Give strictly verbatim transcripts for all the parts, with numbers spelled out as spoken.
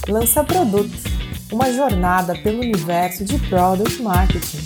Lança Produto, uma jornada pelo universo de Product Marketing.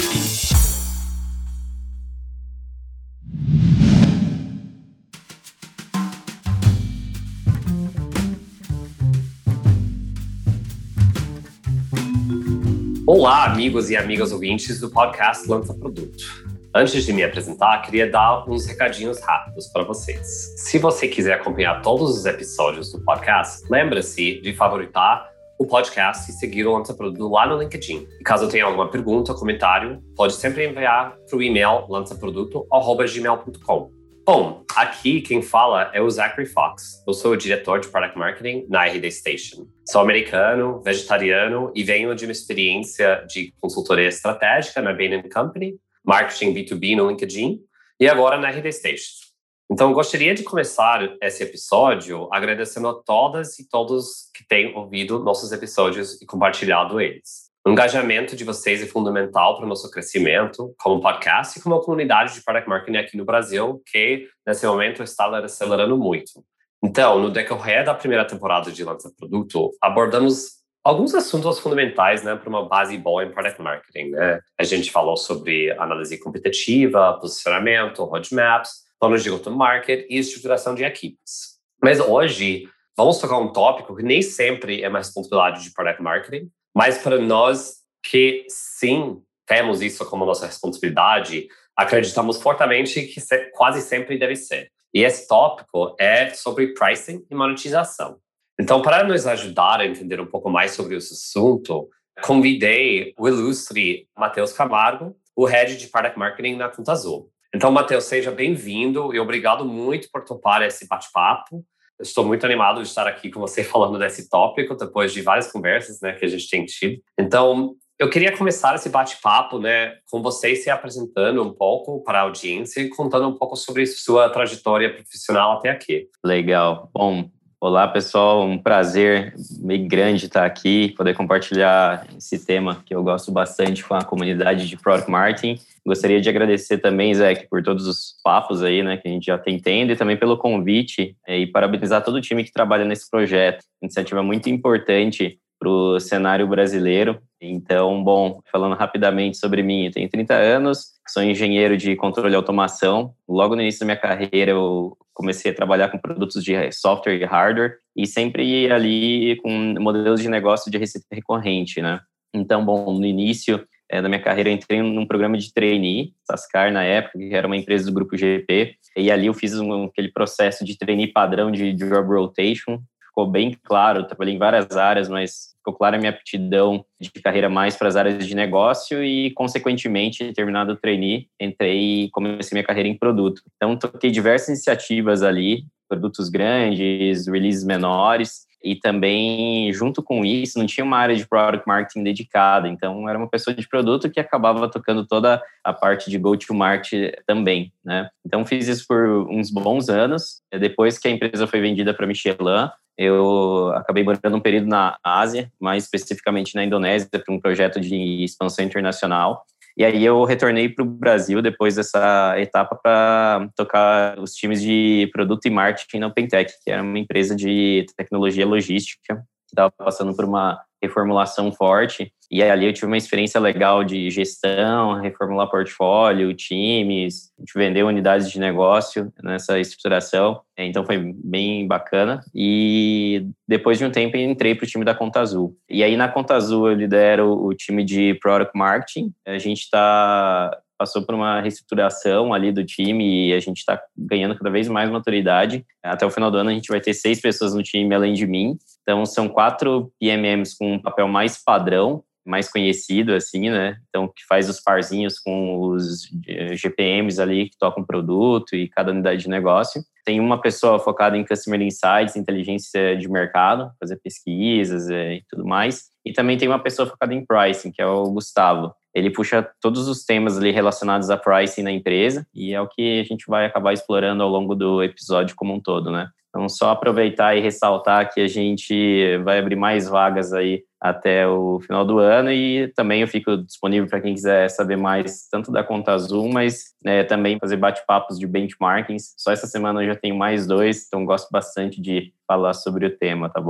Olá, amigos e amigas ouvintes do podcast Lança Produto. Antes de me apresentar, queria dar uns recadinhos rápidos para vocês. Se você quiser acompanhar todos os episódios do podcast, lembre-se de favoritar o podcast e seguir o Lança Produto lá no LinkedIn. E caso tenha alguma pergunta ou comentário, pode sempre enviar para o e-mail lançaproduto arroba gmail ponto com. Bom, aqui quem fala é o Zachary Fox. Eu sou o diretor de Product Marketing na R D Station. Sou americano, vegetariano e venho de uma experiência de consultoria estratégica na Bain and Company, marketing B dois B no LinkedIn e agora na R D Station. Então, gostaria de começar esse episódio agradecendo a todas e todos que têm ouvido nossos episódios e compartilhado eles. O engajamento de vocês é fundamental para o nosso crescimento como podcast e como comunidade de Product Marketing aqui no Brasil, que nesse momento está acelerando muito. Então, no decorrer da primeira temporada de Lança Produto, abordamos alguns assuntos fundamentais, né, para uma base boa em Product Marketing, né? A gente falou sobre análise competitiva, posicionamento, roadmaps, planos de go-to-market e estruturação de equipes. Mas hoje, vamos tocar um tópico que nem sempre é uma responsabilidade de Product Marketing, mas para nós que sim temos isso como nossa responsabilidade, acreditamos fortemente que quase sempre deve ser. E esse tópico é sobre pricing e monetização. Então, para nos ajudar a entender um pouco mais sobre esse assunto, convidei o ilustre Matheus Camargo, o Head de Product Marketing na Conta Azul. Então, Matheus, seja bem-vindo e obrigado muito por topar esse bate-papo. Estou muito animado de estar aqui com você falando desse tópico, depois de várias conversas, né, que a gente tem tido. Então, eu queria começar esse bate-papo, né, com você se apresentando um pouco para a audiência e contando um pouco sobre sua trajetória profissional até aqui. Legal. Bom, olá, pessoal. Um prazer meio grande estar aqui, poder compartilhar esse tema que eu gosto bastante com a comunidade de Product Marketing. Gostaria de agradecer também, Zé, por todos os papos aí, né, que a gente já tem tendo e também pelo convite é, e parabenizar todo o time que trabalha nesse projeto. Iniciativa muito importante para o cenário brasileiro. Então, bom, falando rapidamente sobre mim, eu tenho trinta anos, sou engenheiro de controle e automação. Logo no início da minha carreira, eu comecei a trabalhar com produtos de software e hardware e sempre ali com modelos de negócio de receita recorrente, né? Então, bom, no início é, da minha carreira, eu entrei num programa de trainee, Sascar, na época, que era uma empresa do grupo G P, e ali eu fiz um, aquele processo de trainee padrão de job rotation. Ficou bem claro, eu trabalhei em várias áreas, mas ficou clara a minha aptidão de carreira mais para as áreas de negócio e, consequentemente, terminado o trainee, entrei e comecei minha carreira em produto. Então, toquei diversas iniciativas ali, produtos grandes, releases menores, e também, junto com isso, não tinha uma área de Product Marketing dedicada, então era uma pessoa de produto que acabava tocando toda a parte de go-to-market também, né? Então, fiz isso por uns bons anos, depois que a empresa foi vendida para a Michelin, eu acabei morando um período na Ásia, mais especificamente na Indonésia, para um projeto de expansão internacional. E aí eu retornei para o Brasil depois dessa etapa para tocar os times de produto e marketing na OpenTech, que era uma empresa de tecnologia logística que estava passando por uma reformulação forte. E ali eu tive uma experiência legal de gestão, reformular portfólio, times, a gente vendeu unidades de negócio nessa estruturação. Então foi bem bacana. E depois de um tempo eu entrei para o time da Conta Azul. E aí na Conta Azul eu lidero o time de Product Marketing. A gente está... passou por uma reestruturação ali do time e a gente está ganhando cada vez mais maturidade. Até o final do ano a gente vai ter seis pessoas no time além de mim. Então são quatro P M Ms com um papel mais padrão, mais conhecido, assim, né? Então, que faz os parzinhos com os G P Ms ali que tocam produto e cada unidade de negócio. Tem uma pessoa focada em Customer Insights, inteligência de mercado, fazer pesquisas e tudo mais. E também tem uma pessoa focada em Pricing, que é o Gustavo. Ele puxa todos os temas ali relacionados a Pricing na empresa e é o que a gente vai acabar explorando ao longo do episódio como um todo, né? Então, só aproveitar e ressaltar que a gente vai abrir mais vagas aí até o final do ano e também eu fico disponível para quem quiser saber mais tanto da Conta Azul, mas né, também fazer bate-papos de benchmarkings. Só essa semana eu já tenho mais dois, então gosto bastante de falar sobre o tema, tá bom?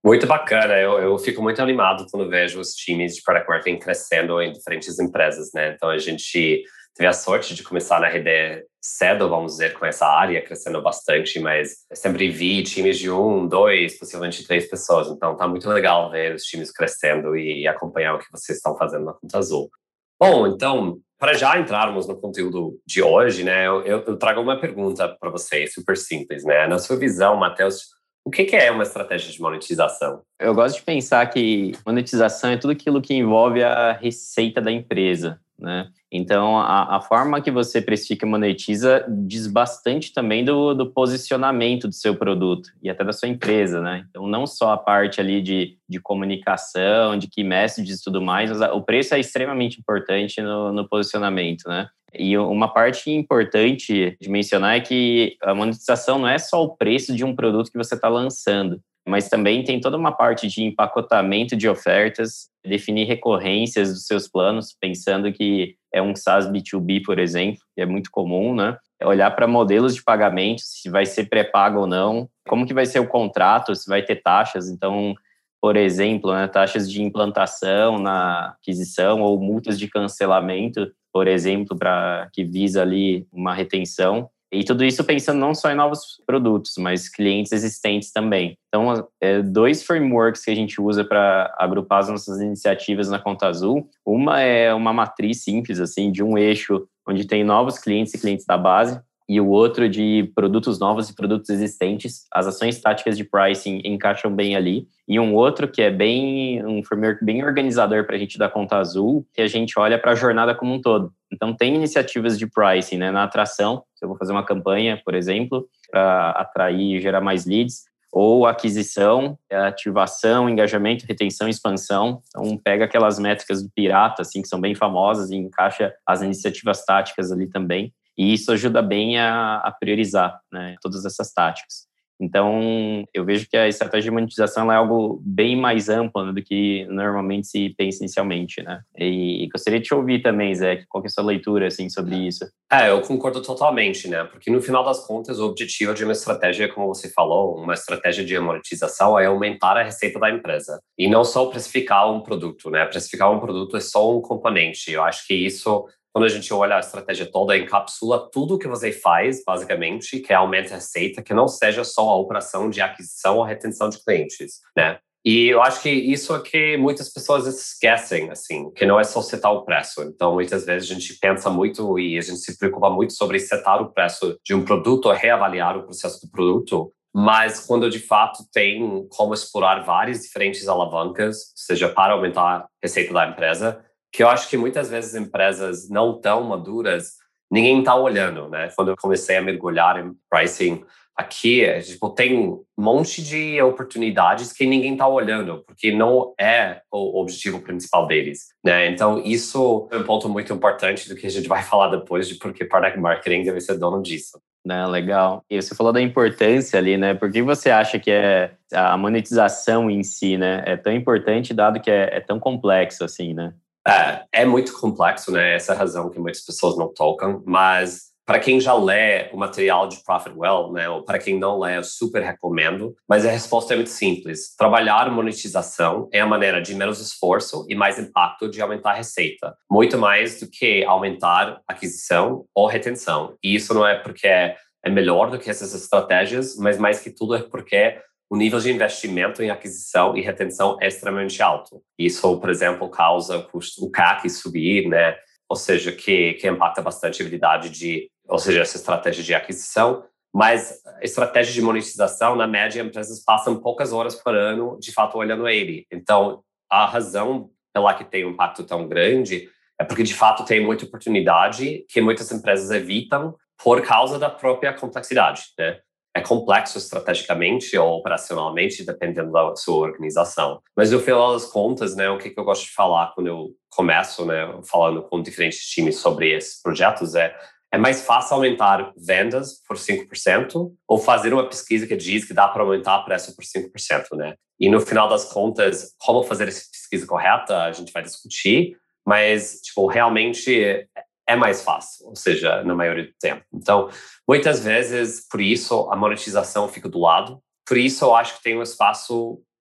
Muito bacana, eu, eu fico muito animado quando vejo os times de Product Marketing crescendo em diferentes empresas, né? Então a gente teve a sorte de começar na R D cedo, vamos dizer, com essa área, crescendo bastante, mas eu sempre vi times de um, dois, possivelmente três pessoas. Então tá muito legal ver os times crescendo e acompanhar o que vocês estão fazendo na Conta Azul. Bom, então, para já entrarmos no conteúdo de hoje, né, eu, eu trago uma pergunta para vocês, super simples, né? Na sua visão, Matheus, o que que é uma estratégia de monetização? Eu gosto de pensar que monetização é tudo aquilo que envolve a receita da empresa, né? Então, a, a forma que você precifica e monetiza diz bastante também do, do posicionamento do seu produto e até da sua empresa, né? Então, não só a parte ali de, de comunicação, de key messages e tudo mais, mas o preço é extremamente importante no, no posicionamento, né? E uma parte importante de mencionar é que a monetização não é só o preço de um produto que você está lançando, mas também tem toda uma parte de empacotamento de ofertas, definir recorrências dos seus planos, pensando que é um SaaS B dois B, por exemplo, que é muito comum, né? É olhar para modelos de pagamento, se vai ser pré-pago ou não, como que vai ser o contrato, se vai ter taxas. Então, por exemplo, né, taxas de implantação na aquisição ou multas de cancelamento, por exemplo, para que visa ali uma retenção. E tudo isso pensando não só em novos produtos, mas clientes existentes também. Então, é, dois frameworks que a gente usa para agrupar as nossas iniciativas na Conta Azul. Uma é uma matriz simples, assim, de um eixo onde tem novos clientes e clientes da base, e o outro de produtos novos e produtos existentes. As ações táticas de pricing encaixam bem ali. E um outro que é bem um framework bem organizador para a gente da Conta Azul, que a gente olha para a jornada como um todo. Então, tem iniciativas de pricing, né, na atração. Se eu vou fazer uma campanha, por exemplo, para atrair e gerar mais leads, ou aquisição, ativação, engajamento, retenção e expansão. Então, pega aquelas métricas do Pirata, assim, que são bem famosas, e encaixa as iniciativas táticas ali também. E isso ajuda bem a, a priorizar, né, todas essas táticas. Então, eu vejo que a estratégia de monetização é algo bem mais amplo, né, do que normalmente se pensa inicialmente, né? E, e gostaria de te ouvir também, Zé, qual que é a sua leitura assim, sobre isso? É, eu concordo totalmente, né? Porque no final das contas, o objetivo de uma estratégia, como você falou, uma estratégia de monetização é aumentar a receita da empresa. E não só precificar um produto, né? Precificar um produto é só um componente. Eu acho que isso, quando a gente olha a estratégia toda, encapsula tudo que você faz, basicamente, que aumenta a receita, que não seja só a operação de aquisição ou retenção de clientes, né? E eu acho que isso é que muitas pessoas esquecem, assim, que não é só setar o preço. Então, muitas vezes a gente pensa muito e a gente se preocupa muito sobre setar o preço de um produto ou reavaliar o processo do produto, mas quando de fato tem como explorar várias diferentes alavancas, seja para aumentar a receita da empresa, que eu acho que muitas vezes empresas não tão maduras, ninguém está olhando, né? Quando eu comecei a mergulhar em pricing aqui, é, tipo, tem um monte de oportunidades que ninguém está olhando, porque não é o objetivo principal deles, né? Então, isso é um ponto muito importante do que a gente vai falar depois, de porque Product Marketing deve ser dono disso. Não, legal. E você falou da importância ali, né? Por que você acha que é a monetização em si, né, é tão importante, dado que é, é tão complexo assim, né? É, é muito complexo, né? Essa é a razão que muitas pessoas não tocam, mas para quem já lê o material de Profitwell, né, ou para quem não lê, eu super recomendo, mas a resposta é muito simples. Trabalhar monetização é a maneira de menos esforço e mais impacto de aumentar a receita, muito mais do que aumentar aquisição ou retenção. E isso não é porque é melhor do que essas estratégias, mas mais que tudo é porque o nível de investimento em aquisição e retenção é extremamente alto. Isso, por exemplo, causa o custo, o C A C subir, né? Ou seja, que, que impacta bastante a habilidade de, ou seja, essa estratégia de aquisição, mas a estratégia de monetização, na média, empresas passam poucas horas por ano, de fato, olhando ele. Então, a razão pela que tem um impacto tão grande é porque, de fato, tem muita oportunidade que muitas empresas evitam por causa da própria complexidade, né? É complexo estrategicamente ou operacionalmente, dependendo da sua organização. Mas no final das contas, né, o que eu gosto de falar quando eu começo, né, falando com diferentes times sobre esses projetos é é mais fácil aumentar vendas por cinco por cento ou fazer uma pesquisa que diz que dá para aumentar o preço por cinco por cento, né? E no final das contas, como fazer essa pesquisa correta, a gente vai discutir, mas tipo, realmente é mais fácil, ou seja, na maioria do tempo. Então, muitas vezes, por isso, a monetização fica do lado. Por isso, eu acho que tem um espaço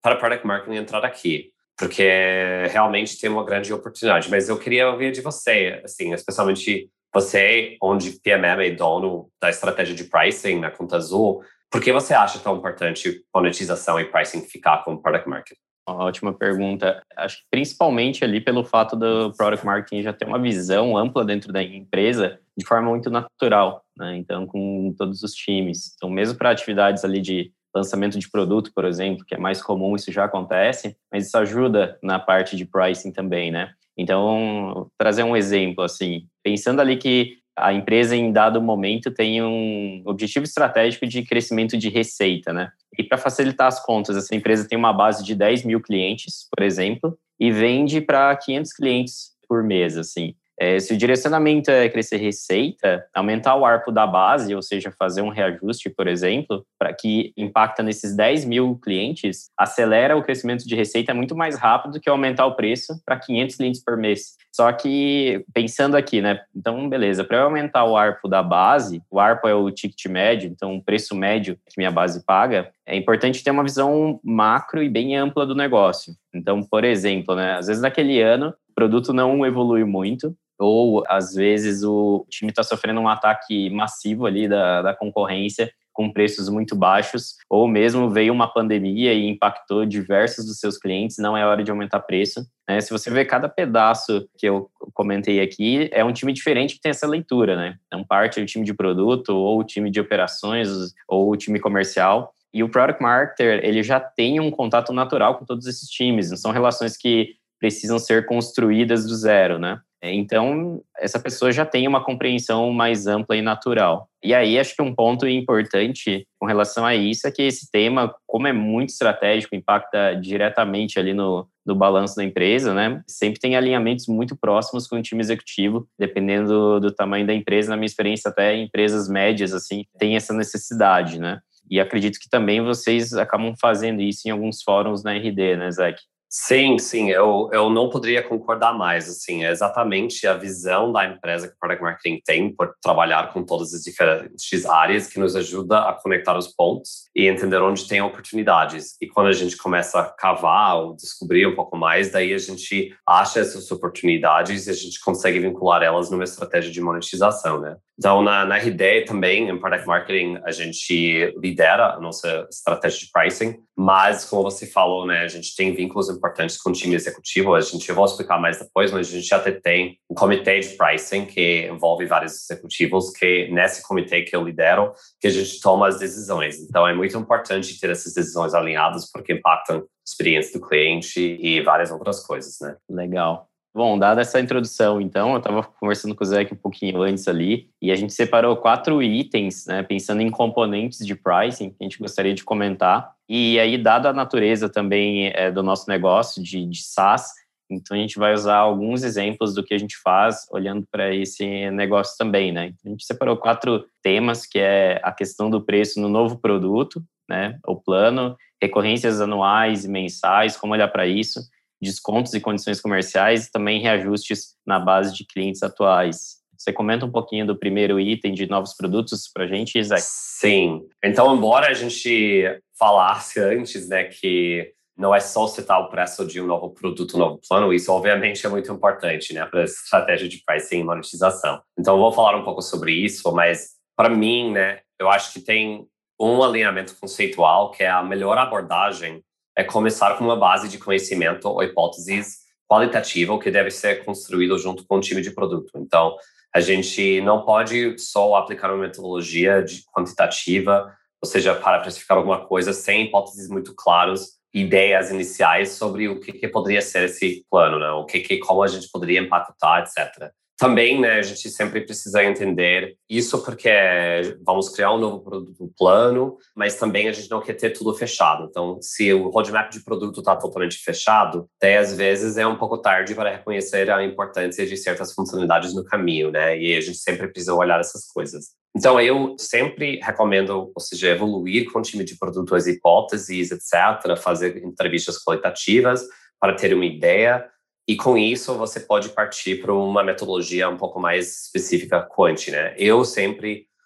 para Product Marketing entrar aqui, porque realmente tem uma grande oportunidade. Mas eu queria ouvir de você, assim, especialmente você, onde P M M é dono da estratégia de pricing na Conta Azul, por que você acha tão importante monetização e pricing ficar com Product Marketing? Ótima pergunta. Acho que principalmente ali pelo fato do Product Marketing já ter uma visão ampla dentro da empresa de forma muito natural, né? Então, com todos os times. Então, mesmo para atividades ali de lançamento de produto, por exemplo, que é mais comum, isso já acontece, mas isso ajuda na parte de pricing também, né? Então, trazer um exemplo, assim, pensando ali que a empresa em dado momento tem um objetivo estratégico de crescimento de receita, né? E para facilitar as contas, essa empresa tem uma base de dez mil clientes, por exemplo, e vende para quinhentos clientes por mês, assim. É, se o direcionamento é crescer receita, aumentar o A R P U da base, ou seja, fazer um reajuste, por exemplo, para que impacta nesses dez mil clientes, acelera o crescimento de receita muito mais rápido que aumentar o preço para quinhentos clientes por mês. Só que, pensando aqui, né? Então, beleza, para eu aumentar o A R P U da base, o A R P U é o ticket médio, então o preço médio que minha base paga, é importante ter uma visão macro e bem ampla do negócio. Então, por exemplo, né? Às vezes naquele ano, o produto não evoluiu muito, ou às vezes o time está sofrendo um ataque massivo ali da, da concorrência com preços muito baixos, ou mesmo veio uma pandemia e impactou diversos dos seus clientes, não é hora de aumentar preço. Né? Se você ver cada pedaço que eu comentei aqui, é um time diferente que tem essa leitura, né? Então, parte do time de produto, ou o time de operações, ou o time comercial. E o Product Marketer, ele já tem um contato natural com todos esses times, não são relações que precisam ser construídas do zero, né? Então, essa pessoa já tem uma compreensão mais ampla e natural. E aí, acho que um ponto importante com relação a isso é que esse tema, como é muito estratégico, impacta diretamente ali no, no balanço da empresa, né? Sempre tem alinhamentos muito próximos com o time executivo, dependendo do, do tamanho da empresa. Na minha experiência, até empresas médias, assim, tem essa necessidade, né? E acredito que também vocês acabam fazendo isso em alguns fóruns na R D, né, Zach? Sim, sim, eu, eu não poderia concordar mais, assim, é exatamente a visão da empresa que o Product Marketing tem por trabalhar com todas as diferentes áreas que nos ajuda a conectar os pontos e entender onde tem oportunidades. E quando a gente começa a cavar ou descobrir um pouco mais, daí a gente acha essas oportunidades e a gente consegue vincular elas numa estratégia de monetização, né? Então, na, na R D também, em Product Marketing, a gente lidera a nossa estratégia de pricing, mas, como você falou, né, a gente tem vínculos importantes com o time executivo. A gente, eu vou explicar mais depois, mas a gente até tem um comitê de pricing que envolve vários executivos, que nesse comitê que eu lidero, que a gente toma as decisões. Então, é muito importante ter essas decisões alinhadas, porque impactam a experiência do cliente e várias outras coisas, né? Legal. Bom, dada essa introdução, então, eu estava conversando com o Zé aqui um pouquinho antes ali, e a gente separou quatro itens, né, pensando em componentes de pricing, que a gente gostaria de comentar. E aí, dada a natureza também é, do nosso negócio de, de SaaS, então a gente vai usar alguns exemplos do que a gente faz olhando para esse negócio também, né? A gente separou quatro temas, que é a questão do preço no novo produto, né, o plano, recorrências anuais e mensais, como olhar para isso, descontos e condições comerciais e também reajustes na base de clientes atuais. Você comenta um pouquinho do primeiro item de novos produtos para a gente, Isaac? Sim. Então, embora a gente falasse antes, né, que não é só citar o preço de um novo produto, um novo plano, isso obviamente é muito importante, né, para a estratégia de pricing e monetização. Então, eu vou falar um pouco sobre isso, mas para mim, né, eu acho que tem um alinhamento conceitual que é a melhor abordagem é começar com uma base de conhecimento ou hipóteses qualitativa que deve ser construído junto com o time de produto. Então, a gente não pode só aplicar uma metodologia de quantitativa, ou seja, para precificar alguma coisa sem hipóteses muito claras, ideias iniciais sobre o que, que poderia ser esse plano, né? O que, que como a gente poderia impactar, etcétera. Também, né, a gente sempre precisa entender isso porque vamos criar um novo produto plano, mas também a gente não quer ter tudo fechado. Então, se o roadmap de produto está totalmente fechado, até às vezes é um pouco tarde para reconhecer a importância de certas funcionalidades no caminho, né? E a gente sempre precisa olhar essas coisas. Então, eu sempre recomendo, ou seja, evoluir com o time de produto as hipóteses, etcétera, fazer entrevistas qualitativas para ter uma ideia. E com isso, você pode partir para uma metodologia um pouco mais específica, quant, né? Eu sempre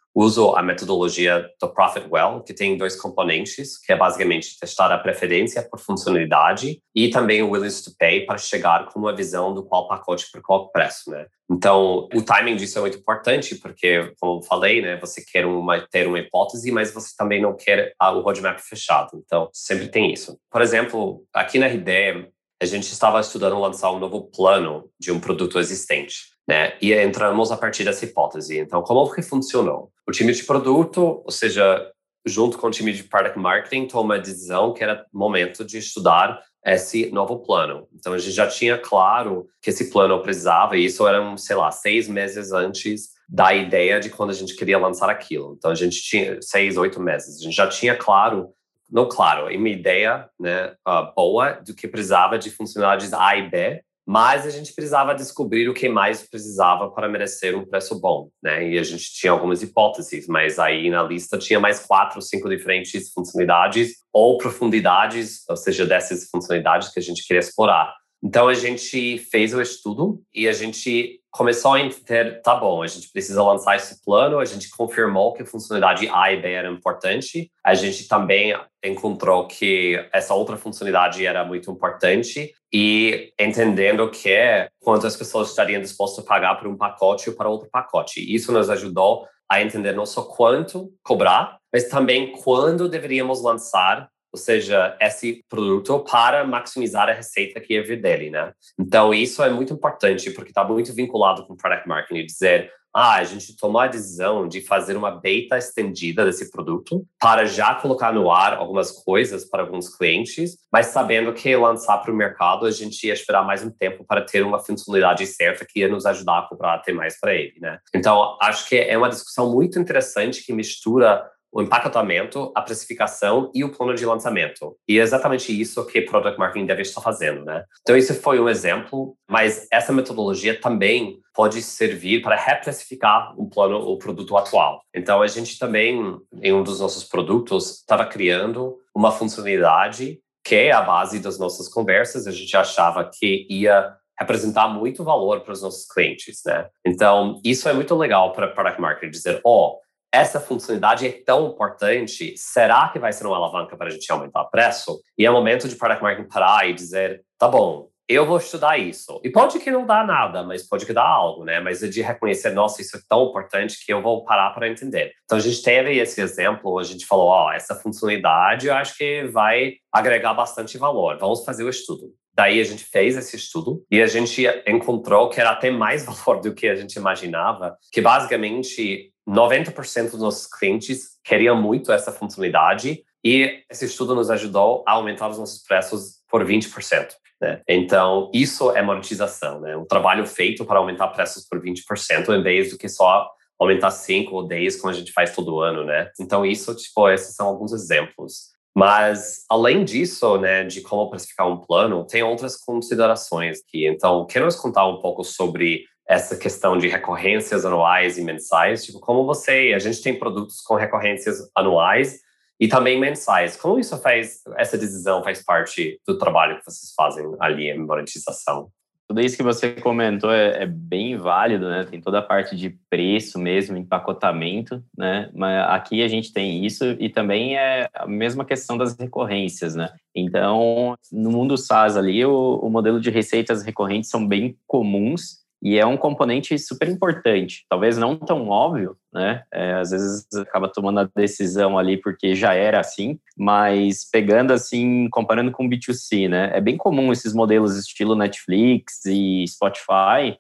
uso a metodologia do Profit Well, que tem dois componentes, que é basicamente testar a preferência por funcionalidade e também o willingness to pay para chegar com uma visão do qual pacote por qual preço, né? Então, o timing disso é muito importante, porque, como eu falei, né, você quer uma, ter uma hipótese, mas você também não quer o roadmap fechado. Então, sempre tem isso. Por exemplo, aqui na R D, a gente estava estudando lançar um novo plano de um produto existente, né? E entramos a partir dessa hipótese. Então, como que funcionou? O time de produto, ou seja, junto com o time de Product Marketing, tomou a decisão que era momento de estudar esse novo plano. Então, a gente já tinha claro que esse plano precisava, e isso era, sei lá, seis meses antes da ideia de quando a gente queria lançar aquilo. Então, a gente tinha seis, oito meses. A gente já tinha claro, não claro, uma ideia, né, uh, boa do que precisava de funcionalidades A e B, mas a gente precisava descobrir o que mais precisava para merecer um preço bom, né? E a gente tinha algumas hipóteses, mas aí na lista tinha mais quatro, cinco diferentes funcionalidades ou profundidades, ou seja, dessas funcionalidades que a gente queria explorar. Então a gente fez o estudo e a gente começou a entender, tá bom, a gente precisa lançar esse plano, a gente confirmou que a funcionalidade A e B era importante, a gente também encontrou que essa outra funcionalidade era muito importante e entendendo que quantas pessoas estariam dispostas a pagar por um pacote ou para outro pacote. Isso nos ajudou a entender não só quanto cobrar, mas também quando deveríamos lançar, ou seja, esse produto para maximizar a receita que ia vir dele, né? Então, isso é muito importante, porque está muito vinculado com o Product Marketing, dizer, ah, a gente tomou a decisão de fazer uma beta estendida desse produto para já colocar no ar algumas coisas para alguns clientes, mas sabendo que lançar para o mercado, a gente ia esperar mais um tempo para ter uma funcionalidade certa que ia nos ajudar a comprar até mais para ele, né? Então, acho que é uma discussão muito interessante que mistura o empacotamento, a precificação e o plano de lançamento. E é exatamente isso que Product Marketing deve estar fazendo, né? Então, isso foi um exemplo, mas essa metodologia também pode servir para reprecificar um plano, o produto atual. Então, a gente também, em um dos nossos produtos, estava criando uma funcionalidade que é a base das nossas conversas. A gente achava que ia representar muito valor para os nossos clientes, né? Então, isso é muito legal para Product Marketing dizer, ó, oh, essa funcionalidade é tão importante, será que vai ser uma alavanca para a gente aumentar o preço? E é o momento de Product Marketing parar e dizer, tá bom, eu vou estudar isso. E pode que não dá nada, mas pode que dá algo, né? Mas é de reconhecer, nossa, isso é tão importante que eu vou parar para entender. Então, a gente teve esse exemplo, a gente falou, ó, essa funcionalidade eu acho que vai agregar bastante valor, vamos fazer o estudo. Daí a gente fez esse estudo e a gente encontrou que era até mais valor do que a gente imaginava, que basicamente noventa por cento dos nossos clientes queriam muito essa funcionalidade e esse estudo nos ajudou a aumentar os nossos preços por vinte por cento. Né? Então, isso é monetização, né? Um trabalho feito para aumentar preços por vinte por cento em vez do que só aumentar cinco ou dez como a gente faz todo ano, né? Então, isso, tipo, esses são alguns exemplos. Mas, além disso, né, de como precificar um plano, tem outras considerações aqui. Então, quero nos contar um pouco sobre essa questão de recorrências anuais e mensais. Tipo, como você... A gente tem produtos com recorrências anuais e também mensais. Como isso faz... Essa decisão faz parte do trabalho que vocês fazem ali em monetização? Tudo isso que você comentou é, é bem válido, né? Tem toda a parte de preço mesmo, empacotamento, né? Mas aqui a gente tem isso e também é a mesma questão das recorrências, né? Então, no mundo SaaS ali, o, o modelo de receitas recorrentes são bem comuns e é um componente super importante. Talvez não tão óbvio, né? É, às vezes acaba tomando a decisão ali porque já era assim, mas pegando assim, comparando com o B dois C, né? É bem comum esses modelos estilo Netflix e Spotify,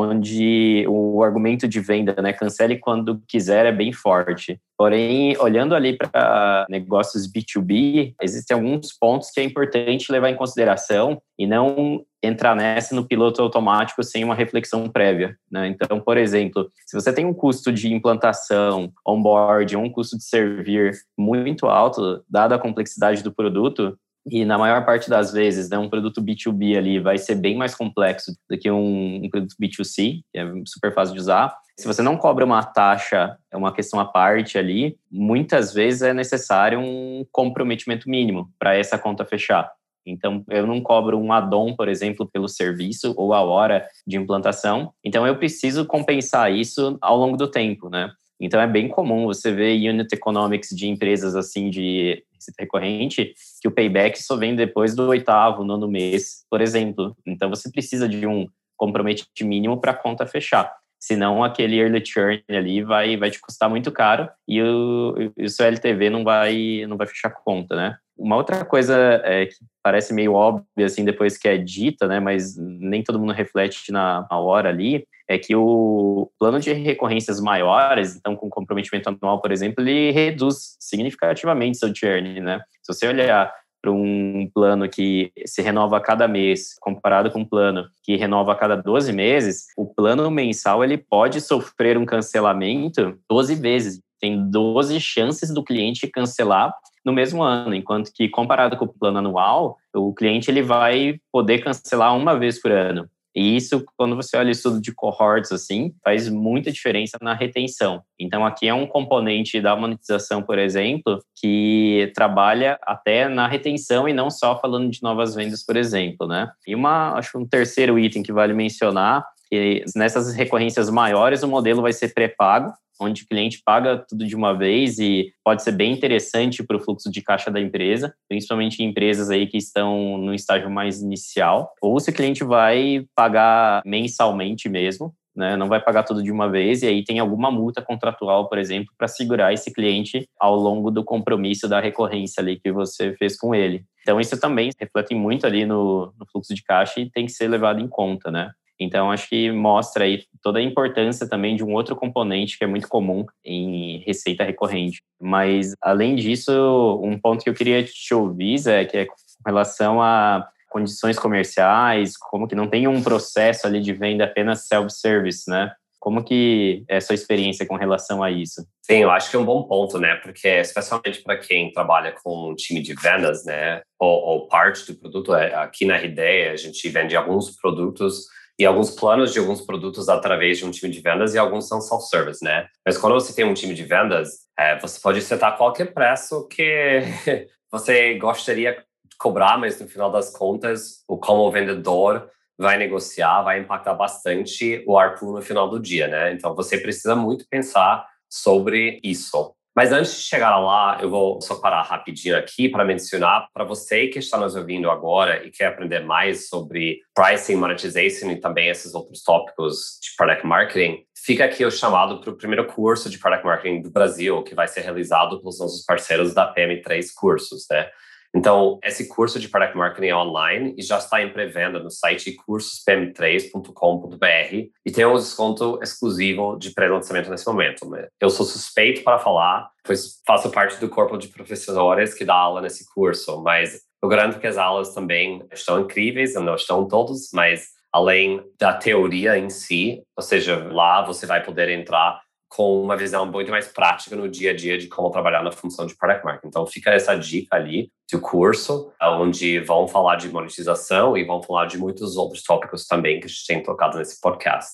onde o argumento de venda, né, cancele quando quiser, é bem forte. Porém, olhando ali para negócios B dois B, existem alguns pontos que é importante levar em consideração e não entrar nessa no piloto automático sem uma reflexão prévia, né? Então, por exemplo, se você tem um custo de implantação, onboard, ou um custo de servir muito alto, dada a complexidade do produto, e na maior parte das vezes, né, um produto B dois B ali vai ser bem mais complexo do que um, um produto B dois C, que é super fácil de usar. Se você não cobra uma taxa, é uma questão à parte ali, muitas vezes é necessário um comprometimento mínimo para essa conta fechar. Então, eu não cobro um add-on, por exemplo, pelo serviço ou a hora de implantação. Então, eu preciso compensar isso ao longo do tempo, né? Então é bem comum você ver unit economics de empresas assim de receita recorrente, que o payback só vem depois do oitavo, nono mês, por exemplo. Então você precisa de um comprometimento mínimo para a conta fechar. Senão aquele early churn ali vai, vai te custar muito caro e o, o seu L T V não vai, não vai fechar a conta, né? Uma outra coisa é, que parece meio óbvia assim, depois que é dita, né, mas nem todo mundo reflete na, na hora ali, é que o plano de recorrências maiores, então com comprometimento anual, por exemplo, ele reduz significativamente seu churn, né? Se você olhar para um plano que se renova a cada mês, comparado com um plano que renova a cada doze meses, o plano mensal ele pode sofrer um cancelamento doze vezes. Tem doze chances do cliente cancelar no mesmo ano, enquanto que, comparado com o plano anual, o cliente ele vai poder cancelar uma vez por ano. E isso, quando você olha o estudo de cohorts, assim, faz muita diferença na retenção. Então, aqui é um componente da monetização, por exemplo, que trabalha até na retenção e não só falando de novas vendas, por exemplo, né? E uma, acho um terceiro item que vale mencionar, que nessas recorrências maiores, o modelo vai ser pré-pago, onde o cliente paga tudo de uma vez e pode ser bem interessante para o fluxo de caixa da empresa, principalmente em empresas aí que estão no estágio mais inicial. Ou se o cliente vai pagar mensalmente mesmo, né, não vai pagar tudo de uma vez e aí tem alguma multa contratual, por exemplo, para segurar esse cliente ao longo do compromisso da recorrência ali que você fez com ele. Então, isso também reflete muito ali no, no fluxo de caixa e tem que ser levado em conta, né? Então, acho que mostra aí toda a importância também de um outro componente que é muito comum em receita recorrente. Mas, além disso, um ponto que eu queria te ouvir, Zé, que é com relação a condições comerciais, como que não tem um processo ali de venda apenas self-service, né? Como que é a sua experiência com relação a isso? Sim, eu acho que é um bom ponto, né? Porque, especialmente para quem trabalha com um time de vendas, né? Ou, ou parte do produto, aqui na R D, a gente vende alguns produtos e alguns planos de alguns produtos através de um time de vendas e alguns são self-service, né? Mas quando você tem um time de vendas, é, você pode setar qualquer preço que você gostaria de cobrar, mas no final das contas, o como vendedor vai negociar, vai impactar bastante o A R P U no final do dia, né? Então, você precisa muito pensar sobre isso. Mas antes de chegar lá, eu vou só parar rapidinho aqui para mencionar para você que está nos ouvindo agora e quer aprender mais sobre pricing, monetization e também esses outros tópicos de product marketing, fica aqui o chamado para o primeiro curso de product marketing do Brasil, que vai ser realizado pelos nossos parceiros da P M três Cursos, né? Então, esse curso de Product Marketing é online e já está em pré-venda no site cursos p m três ponto com ponto b r e tem um desconto exclusivo de pré-lançamento nesse momento. Eu sou suspeito para falar, pois faço parte do corpo de professores que dá aula nesse curso, mas eu garanto que as aulas também estão incríveis, não estão todos, mas além da teoria em si, ou seja, lá você vai poder entrar com uma visão muito mais prática no dia a dia de como trabalhar na função de Product Marketing. Então, fica essa dica ali do curso, onde vão falar de monetização e vão falar de muitos outros tópicos também que a gente tem tocado nesse podcast.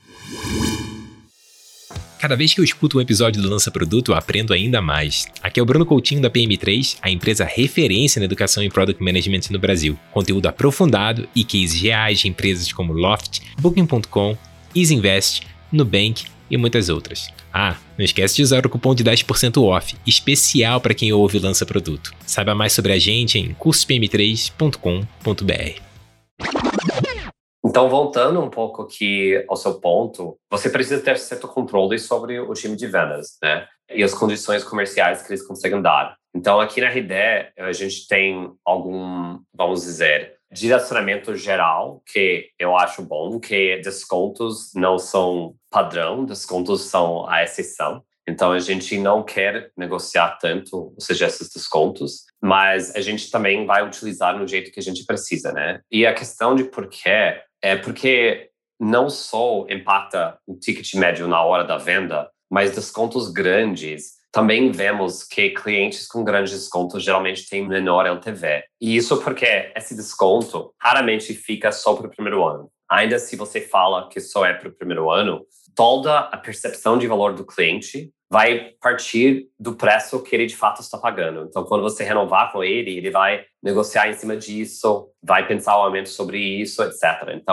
Cada vez que eu escuto um episódio do Lança Produto, eu aprendo ainda mais. Aqui é o Bruno Coutinho da P M três, a empresa referência na educação em Product Management no Brasil. Conteúdo aprofundado e cases reais de empresas como Loft, Booking ponto com, EasyInvest, Nubank e muitas outras. Ah, não esquece de usar o cupom de dez por cento off, especial para quem ouve o Lança Produto. Saiba mais sobre a gente em cursos p m três ponto com ponto b r. Então, voltando um pouco aqui ao seu ponto, você precisa ter certo controle sobre o time de vendas, né? E as condições comerciais que eles conseguem dar. Então, aqui na R D, a gente tem algum, vamos dizer, direcionamento geral, que eu acho bom, que descontos não são padrão, descontos são a exceção. Então, a gente não quer negociar tanto, ou seja, esses descontos, mas a gente também vai utilizar no jeito que a gente precisa, né? E a questão de por quê é porque não só impacta o ticket médio na hora da venda, mas descontos grandes. Também vemos que clientes com grandes descontos geralmente têm menor L T V. E isso porque esse desconto raramente fica só para o primeiro ano. Ainda se você fala que só é para o primeiro ano, toda a percepção de valor do cliente vai partir do preço que ele de fato está pagando. Então, quando você renovar com ele, ele vai negociar em cima disso, vai pensar o aumento sobre isso, etcétera. Então,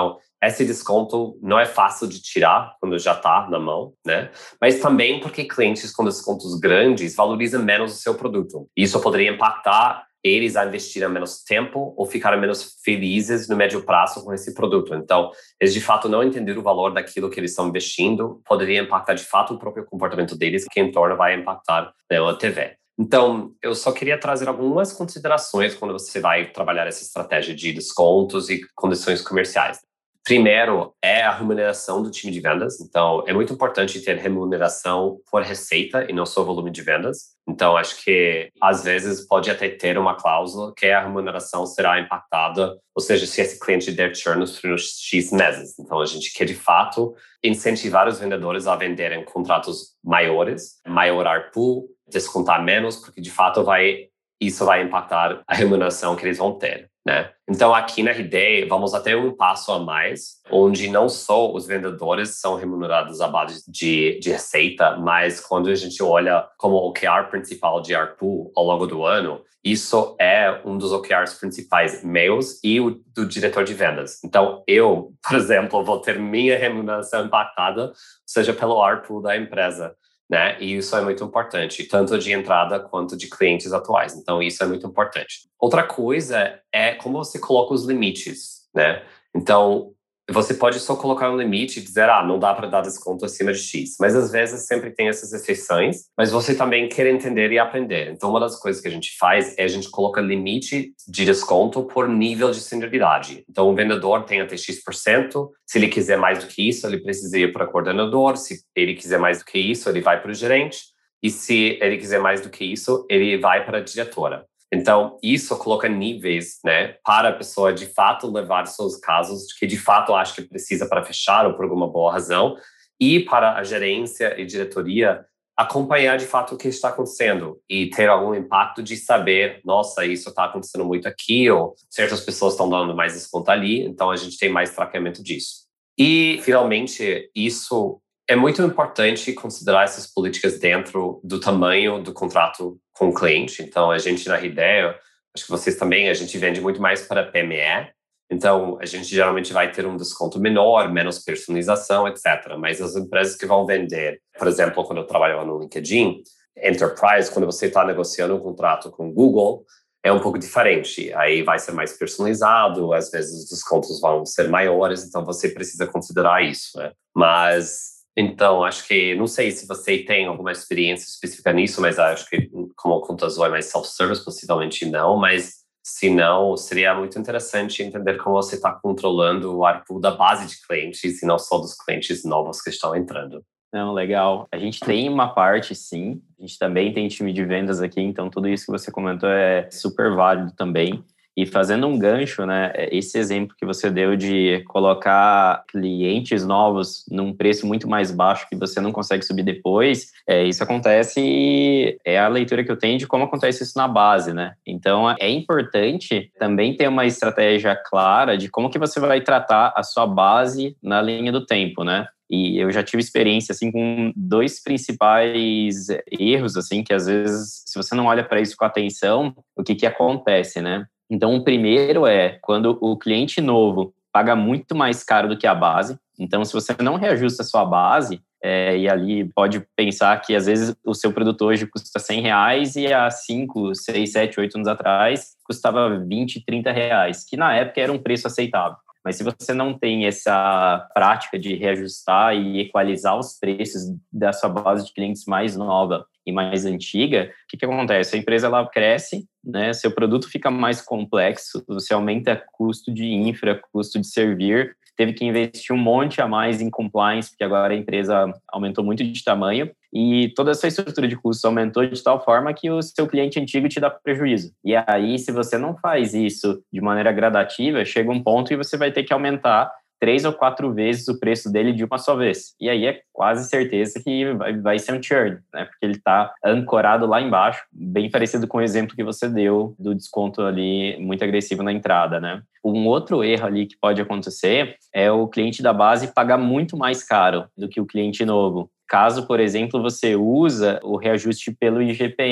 esse desconto não é fácil de tirar quando já está na mão, né? Mas também porque clientes com descontos grandes valorizam menos o seu produto. Isso poderia impactar eles a investirem menos tempo ou ficarem menos felizes no médio prazo com esse produto. Então, eles de fato não entenderam o valor daquilo que eles estão investindo, poderia impactar de fato o próprio comportamento deles, que em torno vai impactar, né, o T V. Então, eu só queria trazer algumas considerações quando você vai trabalhar essa estratégia de descontos e condições comerciais. Primeiro, é a remuneração do time de vendas. Então, é muito importante ter remuneração por receita e não só volume de vendas. Então, acho que, às vezes, pode até ter uma cláusula que a remuneração será impactada, ou seja, se esse cliente der churn nos primeiros X meses. Então, a gente quer, de fato, incentivar os vendedores a venderem contratos maiores, maior A R P U, descontar menos, porque, de fato, vai, isso vai impactar a remuneração que eles vão ter, né? Então, aqui na R D, vamos até um passo a mais, onde não só os vendedores são remunerados à base de, de receita, mas quando a gente olha como o O K R principal de A R P U ao longo do ano, isso é um dos O K Rs principais meus e o do diretor de vendas. Então, eu, por exemplo, vou ter minha remuneração impactada, seja pelo A R P U da empresa, né? E isso é muito importante, tanto de entrada quanto de clientes atuais. Então, isso é muito importante. Outra coisa é como você coloca os limites, né? Então, você pode só colocar um limite e dizer, ah, não dá para dar desconto acima de X. Mas, às vezes, sempre tem essas exceções, mas você também quer entender e aprender. Então, uma das coisas que a gente faz é a gente coloca limite de desconto por nível de senioridade. Então, o vendedor tem até X por cento. Se ele quiser mais do que isso, ele precisa ir para o coordenador. Se ele quiser mais do que isso, ele vai para o gerente. E se ele quiser mais do que isso, ele vai para a diretora. Então, isso coloca níveis, né, para a pessoa de fato levar seus casos que de fato acha que precisa para fechar ou por alguma boa razão, e para a gerência e diretoria acompanhar de fato o que está acontecendo e ter algum impacto de saber, nossa, isso está acontecendo muito aqui, ou certas pessoas estão dando mais desconto ali, então a gente tem mais traqueamento disso. E, finalmente, isso é muito importante considerar essas políticas dentro do tamanho do contrato com o cliente. Então, a gente na R D, acho que vocês também, a gente vende muito mais para P M E. Então, a gente geralmente vai ter um desconto menor, menos personalização, etcétera. Mas as empresas que vão vender, por exemplo, quando eu trabalhava no LinkedIn, Enterprise, quando você está negociando um contrato com o Google, é um pouco diferente. Aí vai ser mais personalizado, às vezes os descontos vão ser maiores, então você precisa considerar isso, né? Mas... Então, acho que, não sei se você tem alguma experiência específica nisso, mas acho que como o Conta Azul é mais self-service, possivelmente não, mas se não, seria muito interessante entender como você está controlando o A R P U da base de clientes e não só dos clientes novos que estão entrando. Não, legal. A gente tem uma parte, sim. A gente também tem time de vendas aqui, então tudo isso que você comentou é super válido também. E fazendo um gancho, né, esse exemplo que você deu de colocar clientes novos num preço muito mais baixo que você não consegue subir depois, é, isso acontece e é a leitura que eu tenho de como acontece isso na base, né? Então, é importante também ter uma estratégia clara de como que você vai tratar a sua base na linha do tempo, né? E eu já tive experiência, assim, com dois principais erros, assim, que às vezes, se você não olha para isso com atenção, o que que acontece, né? Então, o primeiro é quando o cliente novo paga muito mais caro do que a base. Então, se você não reajusta a sua base, é, e ali pode pensar que, às vezes, o seu produto hoje custa cem reais e há cinco, seis, sete, oito anos atrás custava vinte, trinta reais, que na época era um preço aceitável. Mas se você não tem essa prática de reajustar e equalizar os preços da sua base de clientes mais nova e mais antiga, o que, que acontece? A empresa ela cresce, né? Seu produto fica mais complexo, você aumenta custo de infra, custo de servir, teve que investir um monte a mais em compliance, porque agora a empresa aumentou muito de tamanho, e toda essa estrutura de custos aumentou de tal forma que o seu cliente antigo te dá prejuízo. E aí, se você não faz isso de maneira gradativa, chega um ponto e você vai ter que aumentar três ou quatro vezes o preço dele de uma só vez. E aí é quase certeza que vai, vai ser um churn, né? Porque ele está ancorado lá embaixo, bem parecido com o exemplo que você deu do desconto ali muito agressivo na entrada, né? Um outro erro ali que pode acontecer é o cliente da base pagar muito mais caro do que o cliente novo. Caso, por exemplo, você usa o reajuste pelo I G P M.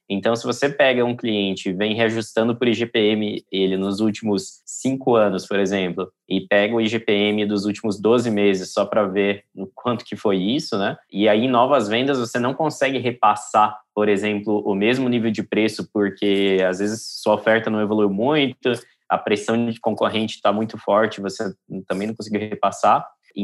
Então, se você pega um cliente e vem reajustando por I G P M ele nos últimos cinco anos, por exemplo, e pega o I G P M dos últimos doze meses só para ver o quanto que foi isso, né? E aí, em novas vendas, você não consegue repassar, por exemplo, o mesmo nível de preço, porque às vezes sua oferta não evoluiu muito, a pressão de concorrente está muito forte, você também não conseguiu repassar.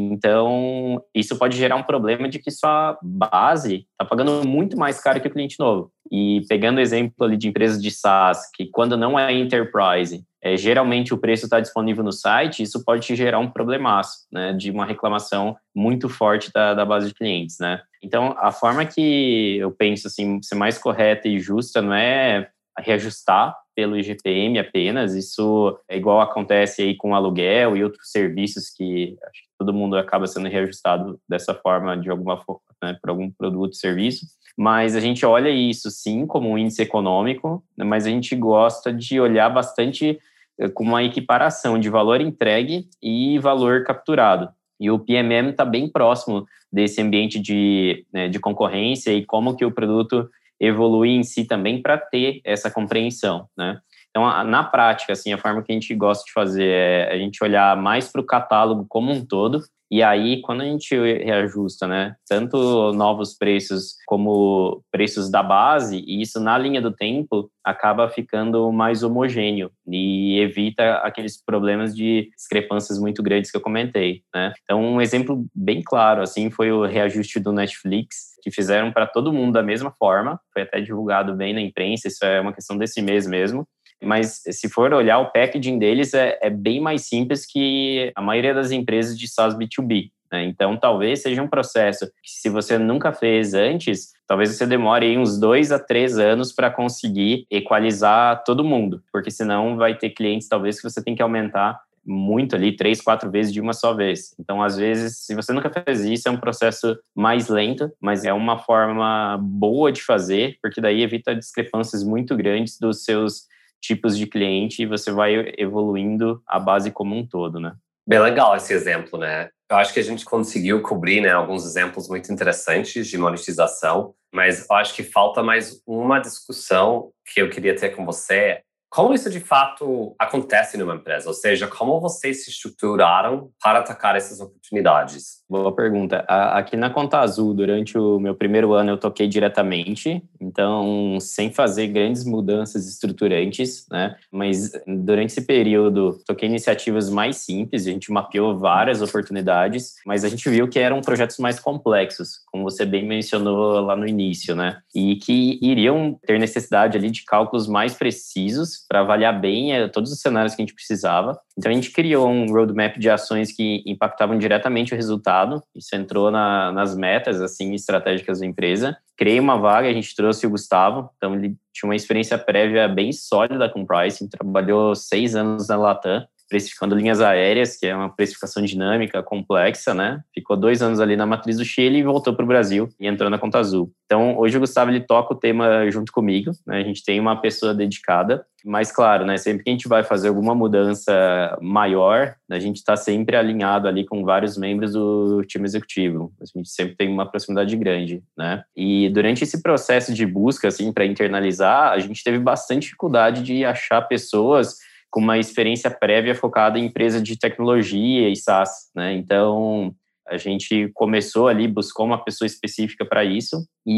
Então, isso pode gerar um problema de que sua base está pagando muito mais caro que o cliente novo. E pegando o exemplo ali de empresas de SaaS, que quando não é enterprise, é, geralmente o preço está disponível no site, isso pode te gerar um problemaço, né, de uma reclamação muito forte da, da base de clientes, né? Então, a forma que eu penso assim, ser mais correta e justa não é reajustar pelo I G P M apenas, isso é igual acontece aí com aluguel e outros serviços que acho que todo mundo acaba sendo reajustado dessa forma, de alguma forma, né, por algum produto, serviço, mas a gente olha isso sim como um índice econômico, mas a gente gosta de olhar bastante com uma equiparação de valor entregue e valor capturado. E o P M M está bem próximo desse ambiente de, né, de concorrência e como que o produto evolui em si também para ter essa compreensão, né? Então, na prática, assim, a forma que a gente gosta de fazer é a gente olhar mais para o catálogo como um todo, e aí, quando a gente reajusta, né, tanto novos preços como preços da base, e isso na linha do tempo acaba ficando mais homogêneo e evita aqueles problemas de discrepâncias muito grandes que eu comentei, né? Então, um exemplo bem claro, assim, foi o reajuste do Netflix, que fizeram para todo mundo da mesma forma, foi até divulgado bem na imprensa, isso é uma questão desse mês mesmo. Mas se for olhar, o packaging deles é, é bem mais simples que a maioria das empresas de SaaS B dois B, né? Então, talvez seja um processo que, se você nunca fez antes, talvez você demore aí uns dois a três anos para conseguir equalizar todo mundo, porque senão vai ter clientes, talvez, que você tem que aumentar muito ali, três, quatro vezes de uma só vez. Então, às vezes, se você nunca fez isso, é um processo mais lento, mas é uma forma boa de fazer, porque daí evita discrepâncias muito grandes dos seus tipos de cliente e você vai evoluindo a base como um todo, né? Bem legal esse exemplo, né? Eu acho que a gente conseguiu cobrir, né, alguns exemplos muito interessantes de monetização, mas eu acho que falta mais uma discussão que eu queria ter com você. Como isso de fato acontece numa empresa? Ou seja, como vocês se estruturaram para atacar essas oportunidades? Boa pergunta. Aqui na Conta Azul, durante o meu primeiro ano, eu toquei diretamente, então sem fazer grandes mudanças estruturantes, né? Mas durante esse período, toquei iniciativas mais simples, a gente mapeou várias oportunidades, mas a gente viu que eram projetos mais complexos, como você bem mencionou lá no início, né? E que iriam ter necessidade ali de cálculos mais precisos para avaliar bem eh, todos os cenários que a gente precisava. Então, a gente criou um roadmap de ações que impactavam diretamente o resultado. Isso entrou na, nas metas assim, estratégicas da empresa. Criei uma vaga, a gente trouxe o Gustavo. Então, ele tinha uma experiência prévia bem sólida com pricing. Trabalhou seis anos na Latam, precificando linhas aéreas, que é uma precificação dinâmica, complexa, né? Ficou dois anos ali na matriz do Chile e voltou para o Brasil e entrou na Conta Azul. Então, hoje o Gustavo, ele toca o tema junto comigo, né? A gente tem uma pessoa dedicada, mas claro, né? Sempre que a gente vai fazer alguma mudança maior, a gente está sempre alinhado ali com vários membros do time executivo. A gente sempre tem uma proximidade grande, né? E durante esse processo de busca, assim, para internalizar, a gente teve bastante dificuldade de achar pessoas com uma experiência prévia focada em empresa de tecnologia e SaaS, né? Então, a gente começou ali, buscou uma pessoa específica para isso,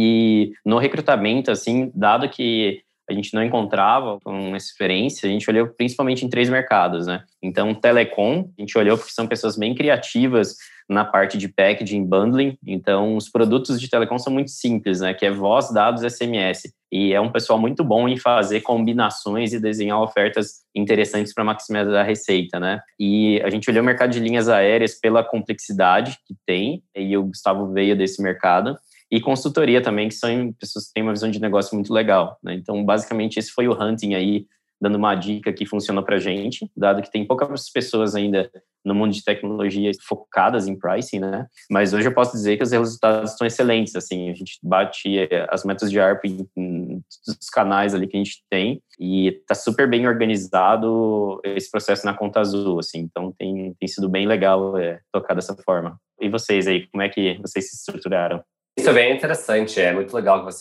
e no recrutamento, assim, dado que a gente não encontrava com essa experiência, a gente olhou principalmente em três mercados, né? Então, telecom, a gente olhou porque são pessoas bem criativas na parte de packaging, bundling. Então, os produtos de telecom são muito simples, né? Que é voz, dados, S M S. E é um pessoal muito bom em fazer combinações e desenhar ofertas interessantes para maximizar a receita, né? E a gente olhou o mercado de linhas aéreas pela complexidade que tem, e o Gustavo veio desse mercado. E consultoria também, que são pessoas que têm uma visão de negócio muito legal, né? Então, basicamente, esse foi o hunting aí, dando uma dica que funcionou para a gente, dado que tem poucas pessoas ainda no mundo de tecnologia focadas em pricing, né? Mas hoje eu posso dizer que os resultados estão excelentes, assim, a gente bate as metas de A R P em, em todos os canais ali que a gente tem, e está super bem organizado esse processo na Conta Azul, assim, então tem, tem sido bem legal é, tocar dessa forma. E vocês aí, como é que vocês se estruturaram? Isso é bem interessante, é muito legal que vocês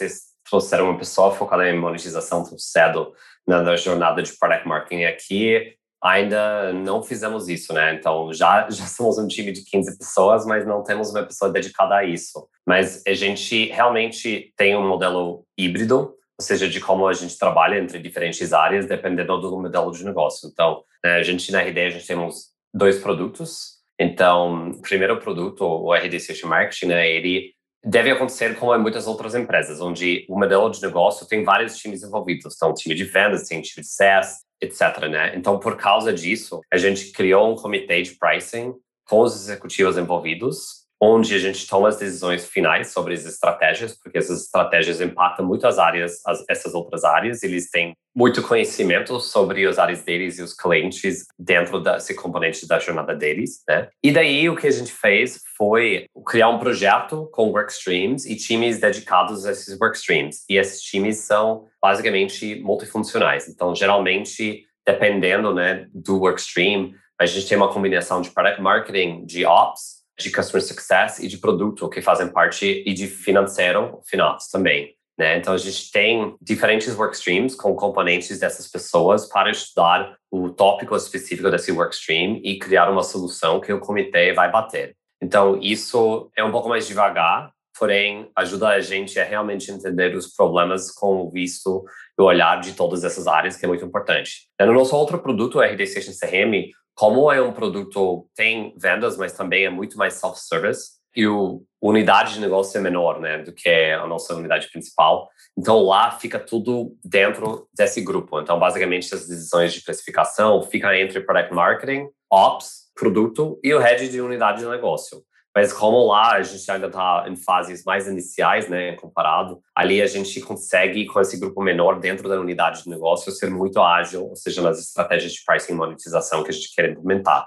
trouxeram uma pessoa focada em monetização tão cedo na jornada de Product Marketing aqui. Ainda não fizemos isso, né? Então, já, já somos um time de quinze pessoas, mas não temos uma pessoa dedicada a isso. Mas a gente realmente tem um modelo híbrido, ou seja, de como a gente trabalha entre diferentes áreas, dependendo do modelo de negócio. Então, né, a gente, na R D, a gente temos dois produtos. Então, o primeiro produto, o R D Station Marketing, né, ele deve acontecer como em muitas outras empresas, onde o modelo de negócio tem vários times envolvidos. Então, time de vendas, tem time de S E S, etc, né? Então, por causa disso, a gente criou um comitê de pricing com os executivos envolvidos, onde a gente toma as decisões finais sobre as estratégias, porque essas estratégias impactam muitas áreas, as, essas outras áreas. Eles têm muito conhecimento sobre as áreas deles e os clientes dentro desse componente da jornada deles, né? E daí, o que a gente fez foi criar um projeto com workstreams e times dedicados a esses workstreams. E esses times são basicamente multifuncionais. Então, geralmente, dependendo, né, do workstream, a gente tem uma combinação de product marketing, de ops, de customer success e de produto, que fazem parte, e de financeiro, finance também, né? Então, a gente tem diferentes workstreams com componentes dessas pessoas para estudar o tópico específico desse workstream e criar uma solução que o comitê vai bater. Então, isso é um pouco mais devagar, porém, ajuda a gente a realmente entender os problemas com o visto e o olhar de todas essas áreas, que é muito importante. No nosso outro produto, o R D Station C R M, como é um produto, tem vendas, mas também é muito mais self-service, e a unidade de negócio é menor, né, do que a nossa unidade principal. Então, lá fica tudo dentro desse grupo. Então, basicamente, as decisões de precificação ficam entre Product Marketing, Ops, produto e o head de unidade de negócio. Mas como lá a gente ainda está em fases mais iniciais, né, comparado, ali a gente consegue, com esse grupo menor dentro da unidade de negócio, ser muito ágil, ou seja, nas estratégias de pricing e monetização que a gente quer implementar.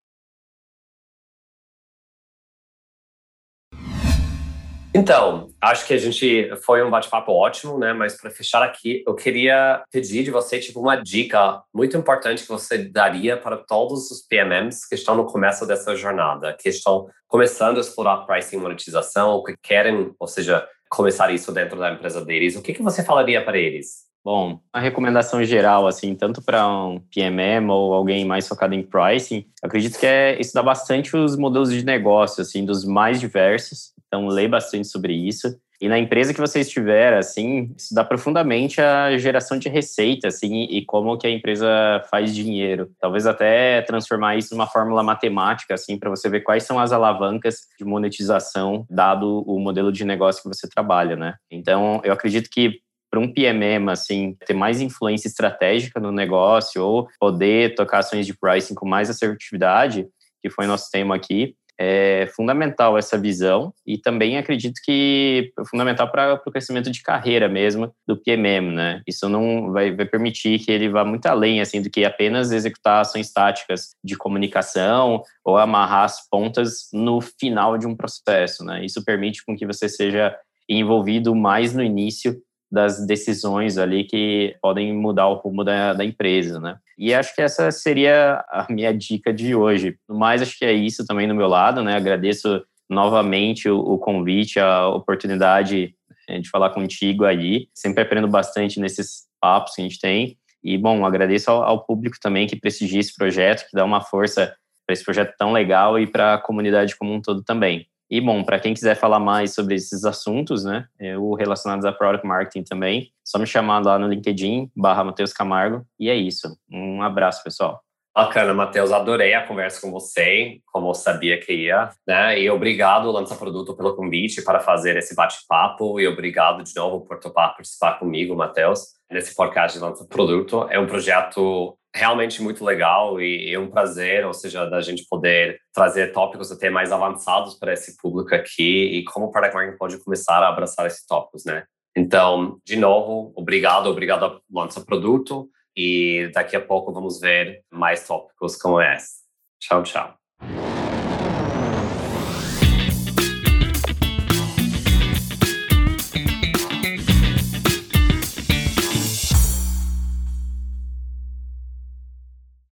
Então, acho que a gente foi um bate-papo ótimo, né? Mas para fechar aqui, eu queria pedir de você tipo uma dica muito importante que você daria para todos os P M Ms que estão no começo dessa jornada, que estão começando a explorar pricing e monetização, ou que querem, ou seja, começar isso dentro da empresa deles. O que que você falaria para eles? Bom, a recomendação geral, assim, tanto para um P M M ou alguém mais focado em pricing, acredito que é estudar bastante os modelos de negócio, assim, dos mais diversos. Então, lê bastante sobre isso. E na empresa que você estiver, assim, estudar profundamente a geração de receita, assim, e como que a empresa faz dinheiro. Talvez até transformar isso numa fórmula matemática, assim, para você ver quais são as alavancas de monetização, dado o modelo de negócio que você trabalha, né? Então, eu acredito que para um P M M, assim, ter mais influência estratégica no negócio ou poder tocar ações de pricing com mais assertividade, que foi nosso tema aqui, é fundamental essa visão, e também acredito que é fundamental para o crescimento de carreira mesmo do P M M, né? Isso não vai, vai permitir que ele vá muito além, assim, do que apenas executar ações táticas de comunicação ou amarrar as pontas no final de um processo, né? Isso permite com que você seja envolvido mais no início das decisões ali que podem mudar o rumo da, da empresa, né? E acho que essa seria a minha dica de hoje. No mais, acho que é isso também do meu lado, né? Agradeço novamente o, o convite, a oportunidade de falar contigo aí. Sempre aprendo bastante nesses papos que a gente tem. E, bom, agradeço ao, ao público também que prestigia esse projeto, que dá uma força para esse projeto tão legal e para a comunidade como um todo também. E, bom, para quem quiser falar mais sobre esses assuntos, né, ou relacionados a Product Marketing também, só me chamar lá no LinkedIn, barra Matheus Camargo, e é isso. Um abraço, pessoal. Bacana, Matheus, adorei a conversa com você, como eu sabia que ia, né, e obrigado, Lança Produto, pelo convite para fazer esse bate-papo, e obrigado de novo por topar participar comigo, Matheus, nesse podcast de Lança Produto. É um projeto realmente muito legal e é um prazer, ou seja, da gente poder trazer tópicos até mais avançados para esse público aqui e como o Product Marketing pode começar a abraçar esses tópicos, né? Então, de novo, obrigado, obrigado a Lança Produto e daqui a pouco vamos ver mais tópicos como esse. Tchau, tchau.